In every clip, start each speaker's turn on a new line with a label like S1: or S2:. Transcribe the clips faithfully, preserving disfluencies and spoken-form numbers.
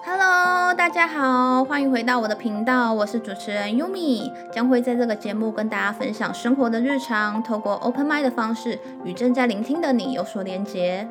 S1: Hello， 大家好，欢迎回到我的频道，我是主持人 Yumi， 将会在这个节目跟大家分享生活的日常，透过 Open Mind 的方式，与正在聆听的你有所连结。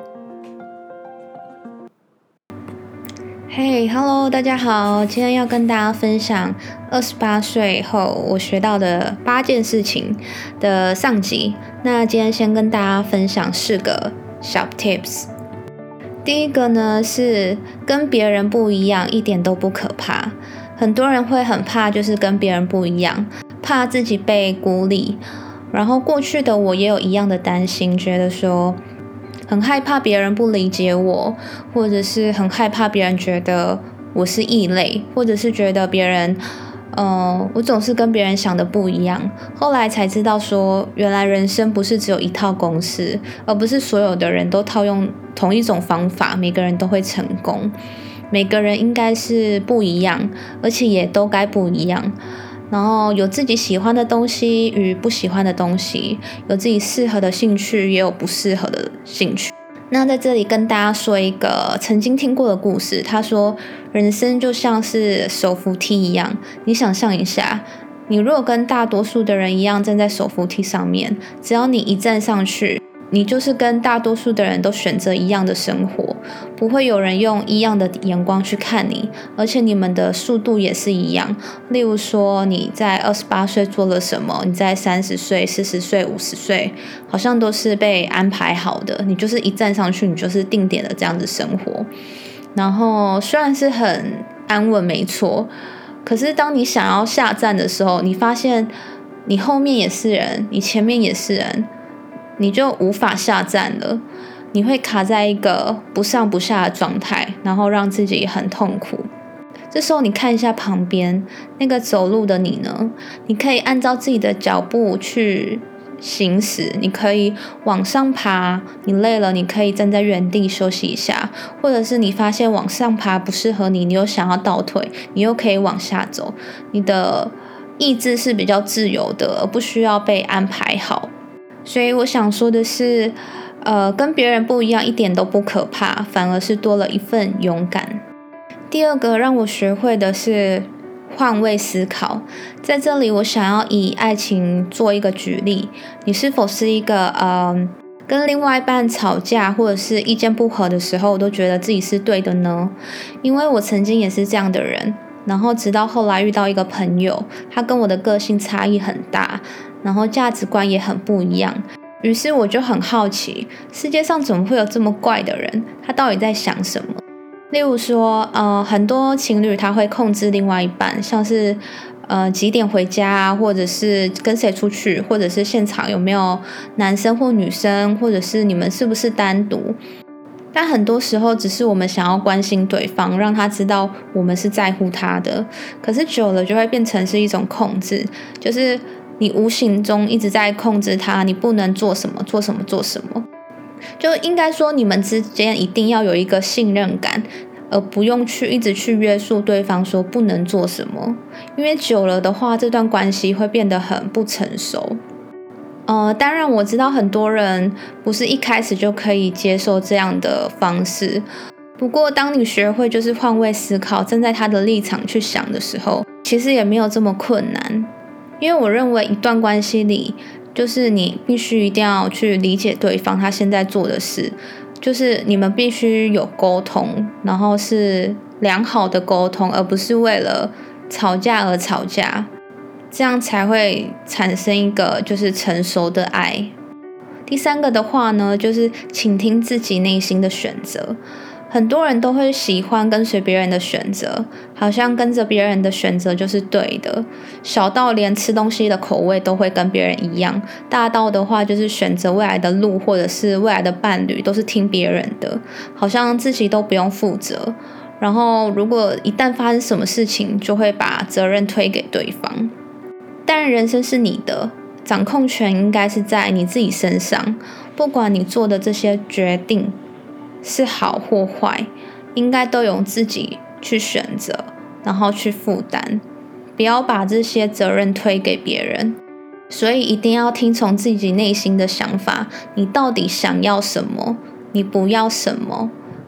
S1: 嘿、hey, ，Hello， 大家好，今天要跟大家分享二十八岁后我学到的八件事情的上集。那今天先跟大家分享四个小 tips。第一个呢是跟别人不一样，一点都不可怕。很多人会很怕，就是跟别人不一样，怕自己被孤立。然后过去的我也有一样的担心，觉得说很害怕别人不理解我，或者是很害怕别人觉得我是异类，或者是觉得别人呃，我总是跟别人想的不一样。后来才知道说，原来人生不是只有一套公式，而不是所有的人都套用同一种方法，每个人都会成功。每个人应该是不一样，而且也都该不一样。然后有自己喜欢的东西与不喜欢的东西，有自己适合的兴趣，也有不适合的兴趣。那在这里跟大家说一个曾经听过的故事，他说人生就像是手扶梯一样，你想象一下，你如果跟大多数的人一样站在手扶梯上面，只要你一站上去，你就是跟大多数的人都选择一样的生活，不会有人用一样的眼光去看你，而且你们的速度也是一样。例如说你在二十八岁做了什么，你在三十岁、四十岁、五十岁，好像都是被安排好的，你就是一站上去，你就是定点的这样子生活。然后虽然是很安稳没错，可是当你想要下站的时候，你发现你后面也是人，你前面也是人，你就无法下站了，你会卡在一个不上不下的状态，然后让自己很痛苦。这时候你看一下旁边那个走路的你呢，你可以按照自己的脚步去行驶，你可以往上爬，你累了你可以站在原地休息一下，或者是你发现往上爬不适合你，你又想要倒退，你又可以往下走。你的意志是比较自由的，而不需要被安排好。所以我想说的是，呃，跟别人不一样一点都不可怕，反而是多了一份勇敢。第二个让我学会的是换位思考。在这里我想要以爱情做一个举例，你是否是一个呃跟另外一半吵架或者是意见不合的时候都觉得自己是对的呢？因为我曾经也是这样的人，然后直到后来遇到一个朋友，他跟我的个性差异很大，然后价值观也很不一样，于是我就很好奇，世界上怎么会有这么怪的人，他到底在想什么？例如说呃，很多情侣他会控制另外一半，像是呃几点回家啊，或者是跟谁出去，或者是现场有没有男生或女生，或者是你们是不是单独。但很多时候只是我们想要关心对方，让他知道我们是在乎他的，可是久了就会变成是一种控制，就是你无形中一直在控制他，你不能做什么做什么做什么。就应该说你们之间一定要有一个信任感，而不用去一直去约束对方说不能做什么，因为久了的话这段关系会变得很不成熟。呃，当然我知道很多人不是一开始就可以接受这样的方式，不过当你学会就是换位思考，站在他的立场去想的时候，其实也没有这么困难。因为我认为一段关系里，就是你必须一定要去理解对方他现在做的事，就是你们必须有沟通，然后是良好的沟通，而不是为了吵架而吵架，这样才会产生一个就是成熟的爱。第三个的话呢，就是倾听自己内心的选择。很多人都会喜欢跟随别人的选择，好像跟着别人的选择就是对的，小到连吃东西的口味都会跟别人一样，大到的话就是选择未来的路或者是未来的伴侣都是听别人的，好像自己都不用负责。然后如果一旦发生什么事情，就会把责任推给对方。但人生是你的，掌控权应该是在你自己身上，不管你做的这些决定是好或坏，应该都由自己去选择，然后去负担，不要把这些责任推给别人。所以一定要听从自己内心的想法，你到底想要什么，你不要什么，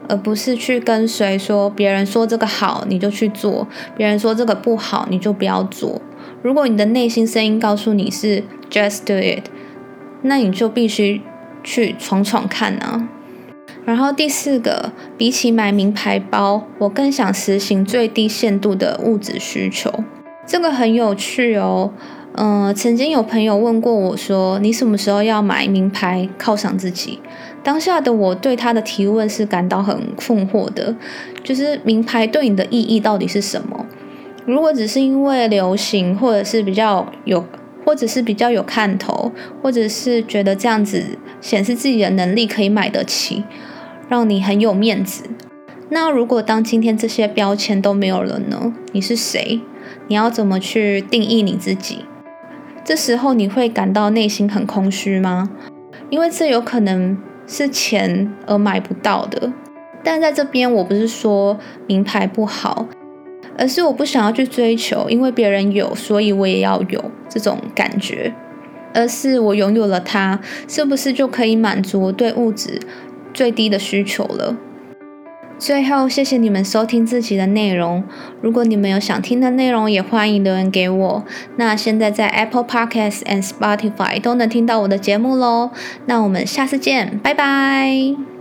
S1: 而不是去跟随说别人说这个好你就去做，别人说这个不好你就不要做。如果你的内心声音告诉你是 just do it， 那你就必须去闯闯看啊。然后第四个，比起买名牌包，我更想实行最低限度的物质需求。这个很有趣哦。嗯、呃，曾经有朋友问过我说，你什么时候要买名牌犒赏自己？当下的我对他的提问是感到很困惑的，就是名牌对你的意义到底是什么？如果只是因为流行，或者是比较有，或者是比较有看头，或者是觉得这样子显示自己的能力可以买得起，让你很有面子。那如果当今天这些标签都没有了呢？你是谁？你要怎么去定义你自己？这时候你会感到内心很空虚吗？因为这有可能是钱而买不到的。但在这边我不是说名牌不好，而是我不想要去追求因为别人有所以我也要有这种感觉，而是我拥有了它，是不是就可以满足对物质最低的需求了？最后，谢谢你们收听这集的内容。如果你们有想听的内容，也欢迎留言给我。那现在在 Apple Podcasts and Spotify 都能听到我的节目咯。那我们下次见，拜拜。